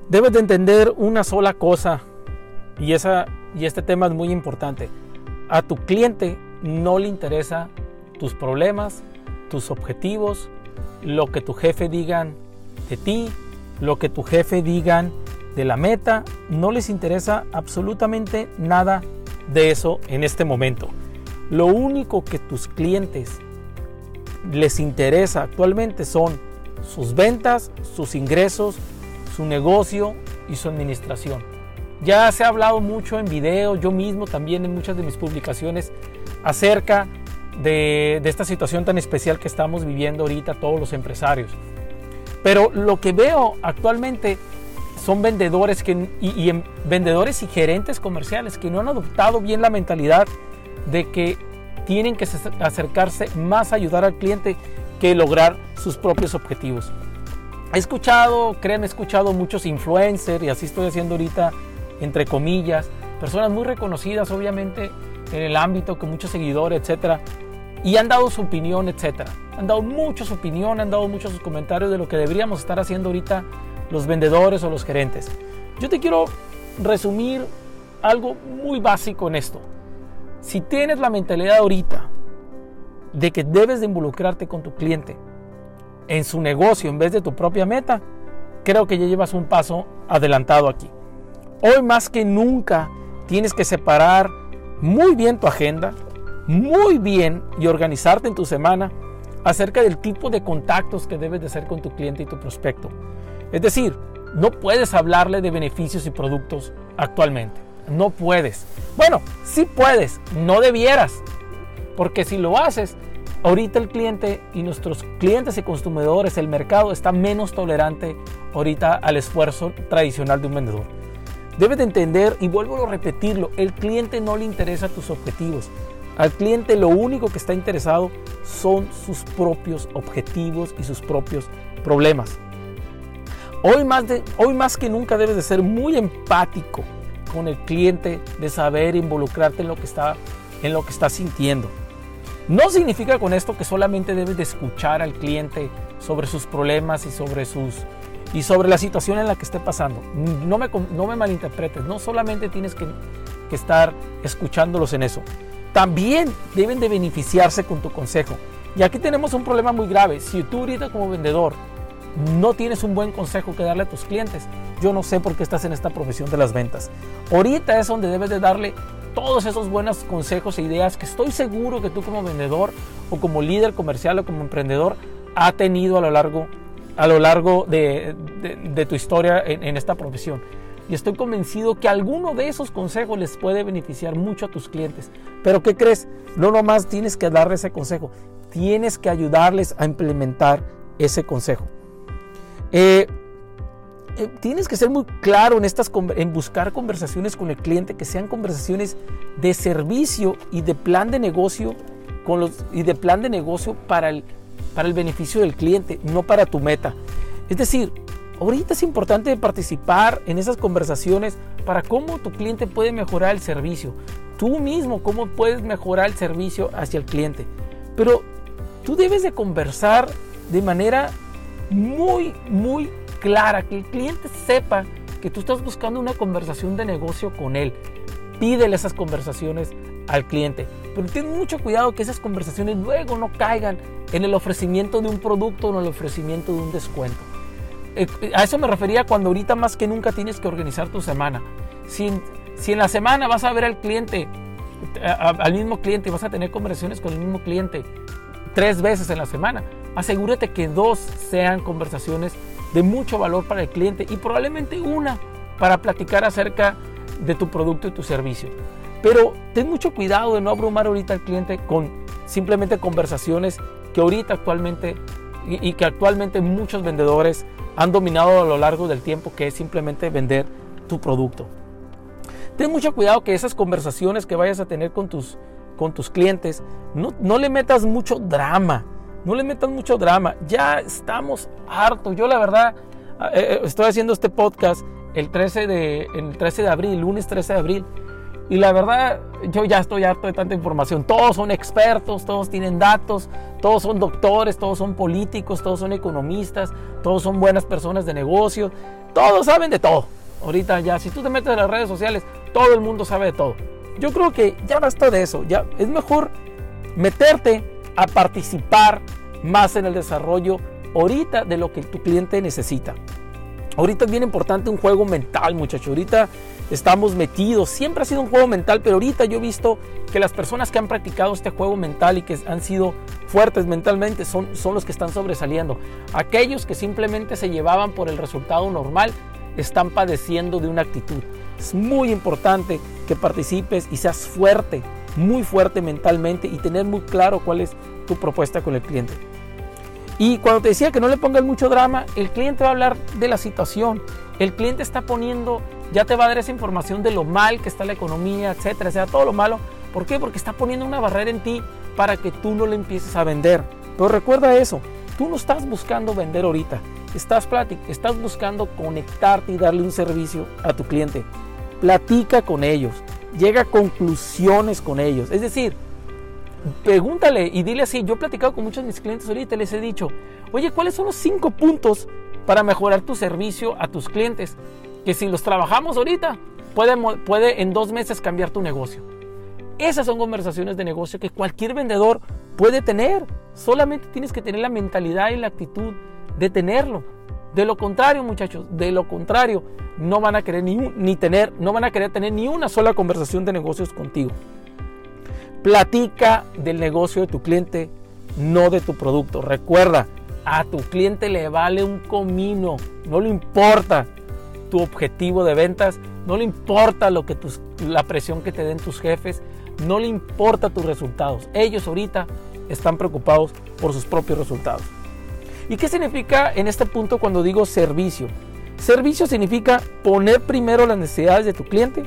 Debes de entender una sola cosa, y este tema es muy importante. A tu cliente no le interesa tus problemas, tus objetivos, lo que tu jefe digan de ti, lo que tu jefe digan de la meta. No les interesa absolutamente nada de eso en este momento. Lo único que tus clientes les interesa actualmente son sus ventas, sus ingresos, su negocio y su administración. Ya se ha hablado mucho en videos, yo mismo también en muchas de mis publicaciones, acerca de esta situación tan especial que estamos viviendo ahorita todos los empresarios. Pero lo que veo actualmente son vendedores vendedores y gerentes comerciales que no han adoptado bien la mentalidad de que tienen que acercarse más a ayudar al cliente que lograr sus propios objetivos. He escuchado muchos influencers, y así estoy haciendo ahorita, entre comillas, personas muy reconocidas obviamente en el ámbito, con muchos seguidores, etcétera, y han dado su opinión, etcétera. Han dado mucho su opinión, han dado muchos sus comentarios de lo que deberíamos estar haciendo ahorita los vendedores o los gerentes. Yo te quiero resumir algo muy básico en esto. Si tienes la mentalidad ahorita de que debes de involucrarte con tu cliente en su negocio en vez de tu propia meta, creo que ya llevas un paso adelantado aquí. Hoy más que nunca tienes que separar muy bien tu agenda, muy bien, y organizarte en tu semana acerca del tipo de contactos que debes de hacer con tu cliente y tu prospecto. Es decir, no puedes hablarle de beneficios y productos actualmente. No puedes. Bueno, sí puedes, no debieras. Porque si lo haces, ahorita el cliente y nuestros clientes y consumidores, el mercado está menos tolerante ahorita al esfuerzo tradicional de un vendedor. Debes de entender, y vuelvo a repetirlo, el cliente no le interesa tus objetivos. Al cliente lo único que está interesado son sus propios objetivos y sus propios problemas. Hoy más que nunca debes de ser muy empático con el cliente, de saber involucrarte en lo que está sintiendo. No significa con esto que solamente debes de escuchar al cliente sobre sus problemas y sobre la situación en la que esté pasando. No me malinterpretes, no solamente tienes que estar escuchándolos en eso. También deben de beneficiarse con tu consejo. Y aquí tenemos un problema muy grave. Si tú ahorita como vendedor no tienes un buen consejo que darle a tus clientes, yo no sé por qué estás en esta profesión de las ventas. Ahorita es donde debes de darle todos esos buenos consejos e ideas que estoy seguro que tú como vendedor o como líder comercial o como emprendedor has tenido a lo largo de tu historia en esta profesión. Y estoy convencido que alguno de esos consejos les puede beneficiar mucho a tus clientes. Pero ¿qué crees? No nomás tienes que darle ese consejo, tienes que ayudarles a implementar ese consejo. Tienes que ser muy claro en buscar conversaciones con el cliente que sean conversaciones de servicio y de plan de negocio para el beneficio del cliente, no para tu meta. Es decir, ahorita es importante participar en esas conversaciones para cómo tu cliente puede mejorar el servicio. Tú mismo, cómo puedes mejorar el servicio hacia el cliente. Pero tú debes de conversar de manera muy, muy clara, que el cliente sepa que tú estás buscando una conversación de negocio con él. Pídele esas conversaciones al cliente, pero ten mucho cuidado que esas conversaciones luego no caigan en el ofrecimiento de un producto o en el ofrecimiento de un descuento. A eso me refería cuando ahorita más que nunca tienes que organizar tu semana. Si en la semana vas a ver al cliente, al mismo cliente, y vas a tener conversaciones con el mismo cliente 3 veces en la semana, asegúrate que 2 sean conversaciones de mucho valor para el cliente y probablemente una para platicar acerca de tu producto y tu servicio. Pero ten mucho cuidado de no abrumar ahorita al cliente con simplemente conversaciones que ahorita actualmente muchos vendedores han dominado a lo largo del tiempo, que es simplemente vender tu producto. Ten mucho cuidado que esas conversaciones que vayas a tener con tus clientes, no le metas mucho drama. No le metas mucho drama. Ya estamos hartos. Yo la verdad estoy haciendo este podcast el 13 de abril, lunes 13 de abril. Y la verdad, yo ya estoy harto de tanta información. Todos son expertos, todos tienen datos, todos son doctores, todos son políticos, todos son economistas, todos son buenas personas de negocio, todos saben de todo. Ahorita ya, si tú te metes en las redes sociales, todo el mundo sabe de todo. Yo creo que ya basta de eso. Ya es mejor meterte a participar más en el desarrollo ahorita de lo que tu cliente necesita. Ahorita es bien importante un juego mental, muchachos. Ahorita estamos metidos, siempre ha sido un juego mental, pero ahorita yo he visto que las personas que han practicado este juego mental y que han sido fuertes mentalmente son los que están sobresaliendo. Aquellos que simplemente se llevaban por el resultado normal están padeciendo de una actitud. Es muy importante que participes y seas fuerte, muy fuerte mentalmente, y tener muy claro cuál es tu propuesta con el cliente. Y cuando te decía que no le pongas mucho drama, el cliente va a hablar de la situación. El cliente está poniendo, ya te va a dar esa información de lo mal que está la economía, etcétera, sea todo lo malo. ¿Por qué? Porque está poniendo una barrera en ti para que tú no le empieces a vender. Pero recuerda eso, tú no estás buscando vender ahorita. Estás buscando conectarte y darle un servicio a tu cliente. Platica con ellos, llega a conclusiones con ellos. Es decir, pregúntale y dile así. Yo he platicado con muchos de mis clientes ahorita y les he dicho, oye, ¿cuáles son los 5 puntos para mejorar tu servicio a tus clientes? Que si los trabajamos ahorita, puede en 2 meses cambiar tu negocio. Esas son conversaciones de negocio que cualquier vendedor puede tener. Solamente tienes que tener la mentalidad y la actitud de tenerlo. De lo contrario, muchachos, no van a querer tener ni una sola conversación de negocios contigo. Platica del negocio de tu cliente, no de tu producto. Recuerda, a tu cliente le vale un comino, no le importa tu objetivo de ventas, no le importa la presión que te den tus jefes, no le importa tus resultados. Ellos ahorita están preocupados por sus propios resultados. ¿Y qué significa en este punto cuando digo servicio? Servicio significa poner primero las necesidades de tu cliente,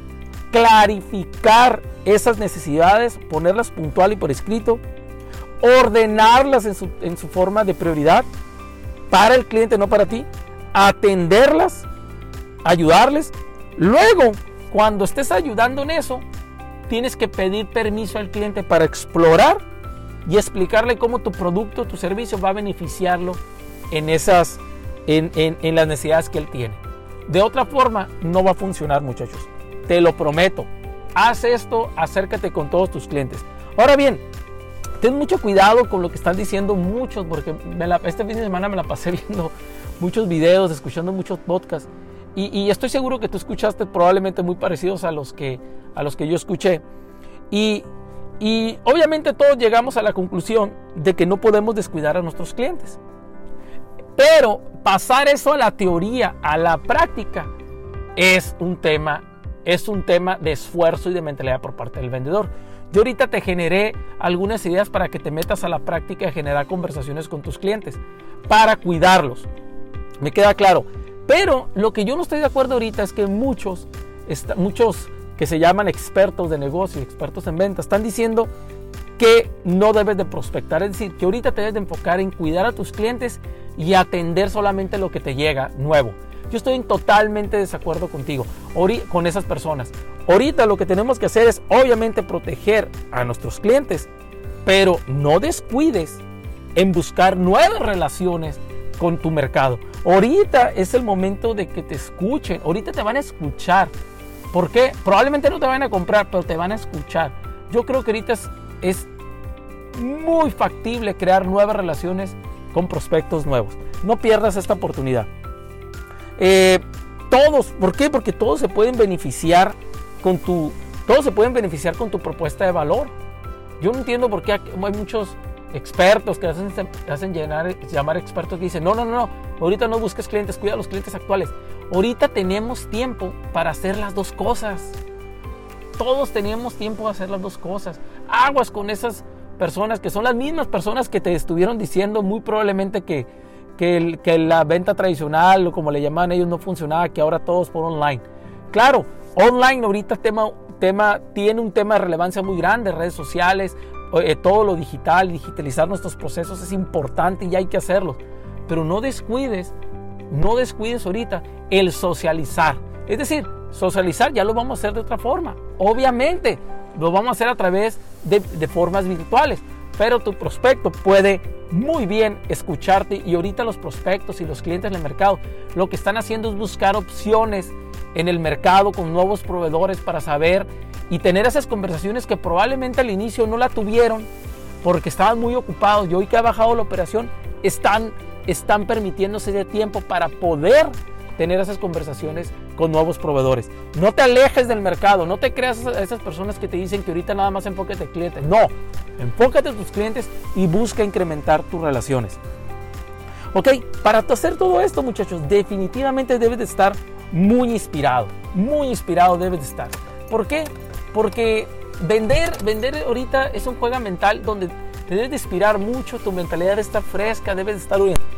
clarificar esas necesidades, ponerlas puntual y por escrito, ordenarlas en su forma de prioridad para el cliente, no para ti, atenderlas, ayudarles. Luego, cuando estés ayudando en eso, tienes que pedir permiso al cliente para explorar y explicarle cómo tu producto, tu servicio va a beneficiarlo en las necesidades que él tiene. De otra forma, no va a funcionar, muchachos. Te lo prometo. Haz esto, acércate con todos tus clientes. Ahora bien, ten mucho cuidado con lo que están diciendo muchos, porque este fin de semana me la pasé viendo muchos videos, escuchando muchos podcasts, y estoy seguro que tú escuchaste probablemente muy parecidos a los que yo escuché. Y obviamente todos llegamos a la conclusión de que no podemos descuidar a nuestros clientes. Pero pasar eso a la teoría, a la práctica, es un tema de esfuerzo y de mentalidad por parte del vendedor. Yo ahorita te generé algunas ideas para que te metas a la práctica de generar conversaciones con tus clientes, para cuidarlos. Me queda claro. Pero lo que yo no estoy de acuerdo ahorita es que muchos que se llaman expertos de negocio, expertos en ventas, están diciendo que no debes de prospectar. Es decir, que ahorita te debes de enfocar en cuidar a tus clientes y atender solamente lo que te llega nuevo. Yo estoy en totalmente desacuerdo contigo, con esas personas. Ahorita lo que tenemos que hacer es obviamente proteger a nuestros clientes, pero no descuides en buscar nuevas relaciones con tu mercado. Ahorita es el momento de que te escuchen. Ahorita te van a escuchar. ¿Por qué? Probablemente no te van a comprar, pero te van a escuchar. Yo creo que ahorita es muy factible crear nuevas relaciones con prospectos nuevos. No pierdas esta oportunidad. ¿Por qué? Porque todos se pueden beneficiar con tu propuesta de valor. Yo no entiendo por qué hay muchos expertos que hacen llamar expertos que dicen, no, ahorita no busques clientes, cuida a los clientes actuales. Ahorita tenemos tiempo para hacer las dos cosas. Todos tenemos tiempo de hacer las dos cosas. Aguas con esas personas que son las mismas personas que te estuvieron diciendo muy probablemente que la venta tradicional, o como le llaman ellos, no funcionaba, que ahora todos por online. Claro, online ahorita tiene un tema de relevancia muy grande, redes sociales, todo lo digital, digitalizar nuestros procesos es importante y hay que hacerlo. Pero no descuides ahorita el socializar. Es decir, socializar ya lo vamos a hacer de otra forma. Obviamente, lo vamos a hacer a través de formas virtuales, pero tu prospecto puede muy bien escucharte. Y ahorita los prospectos y los clientes del mercado lo que están haciendo es buscar opciones en el mercado con nuevos proveedores para saber y tener esas conversaciones que probablemente al inicio no la tuvieron porque estaban muy ocupados, y hoy que ha bajado la operación están permitiéndose de tiempo para poder tener esas conversaciones con nuevos proveedores. No te alejes del mercado, no te creas a esas personas que te dicen que ahorita nada más enfócate en clientes. No, enfócate en tus clientes y busca incrementar tus relaciones. Ok, para hacer todo esto, muchachos, definitivamente debes de estar muy inspirado debes de estar. ¿Por qué? Porque vender ahorita es un juego mental donde te debes de inspirar mucho, tu mentalidad debe estar fresca, debes de estar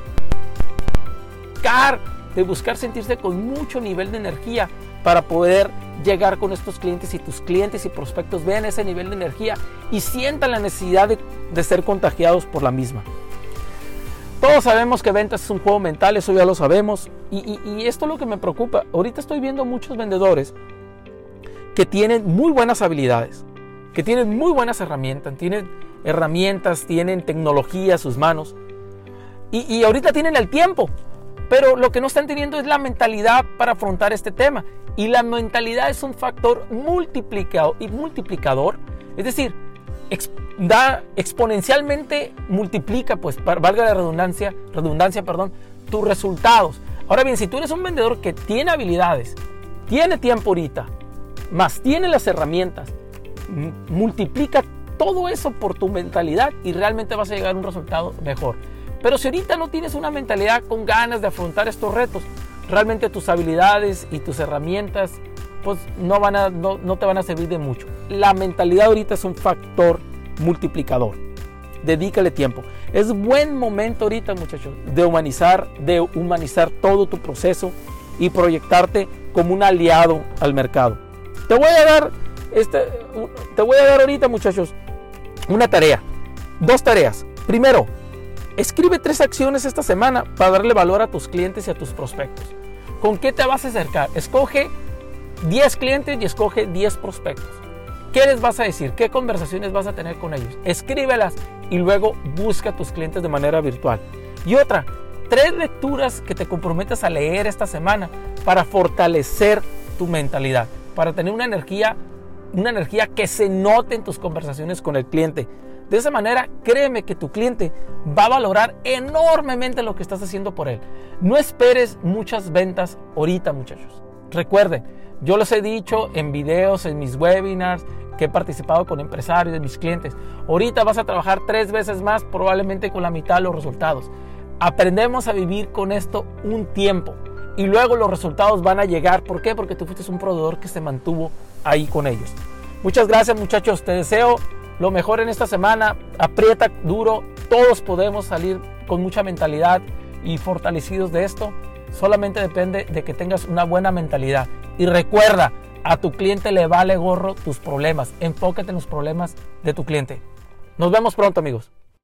de buscar sentirse con mucho nivel de energía para poder llegar con estos clientes, y tus clientes y prospectos vean ese nivel de energía y sientan la necesidad de ser contagiados por la misma. Todos sabemos que ventas es un juego mental, eso ya lo sabemos, y esto es lo que me preocupa. Ahorita estoy viendo muchos vendedores que tienen muy buenas habilidades, que tienen muy buenas herramientas, tienen tecnología a sus manos, y ahorita tienen el tiempo, pero lo que no están teniendo es la mentalidad para afrontar este tema. Y la mentalidad es un factor multiplicador, es decir, exponencialmente multiplica, pues, valga la redundancia, tus resultados. Ahora bien, si tú eres un vendedor que tiene habilidades, tiene tiempo ahorita, más tiene las herramientas, multiplica todo eso por tu mentalidad y realmente vas a llegar a un resultado mejor. Pero si ahorita no tienes una mentalidad con ganas de afrontar estos retos, realmente tus habilidades y tus herramientas pues no te van a servir de mucho. La mentalidad ahorita es un factor multiplicador. Dedícale tiempo. Es buen momento ahorita, muchachos, de humanizar todo tu proceso y proyectarte como un aliado al mercado. Te voy a dar ahorita, muchachos, dos tareas. Primero, escribe 3 acciones esta semana para darle valor a tus clientes y a tus prospectos. ¿Con qué te vas a acercar? Escoge 10 clientes y escoge 10 prospectos. ¿Qué les vas a decir? ¿Qué conversaciones vas a tener con ellos? Escríbelas y luego busca a tus clientes de manera virtual. Y otra, 3 lecturas que te comprometas a leer esta semana para fortalecer tu mentalidad, para tener una energía que se note en tus conversaciones con el cliente. De esa manera, créeme que tu cliente va a valorar enormemente lo que estás haciendo por él. No esperes muchas ventas ahorita, muchachos. Recuerden, yo les he dicho en videos, en mis webinars, que he participado con empresarios, de mis clientes. Ahorita vas a trabajar 3 veces más, probablemente con la mitad de los resultados. Aprendemos a vivir con esto un tiempo y luego los resultados van a llegar. ¿Por qué? Porque tú fuiste un proveedor que se mantuvo ahí con ellos. Muchas gracias, muchachos. Te deseo lo mejor en esta semana. Aprieta duro. Todos podemos salir con mucha mentalidad y fortalecidos de esto. Solamente depende de que tengas una buena mentalidad. Y recuerda, a tu cliente le vale gorro tus problemas. Enfócate en los problemas de tu cliente. Nos vemos pronto, amigos.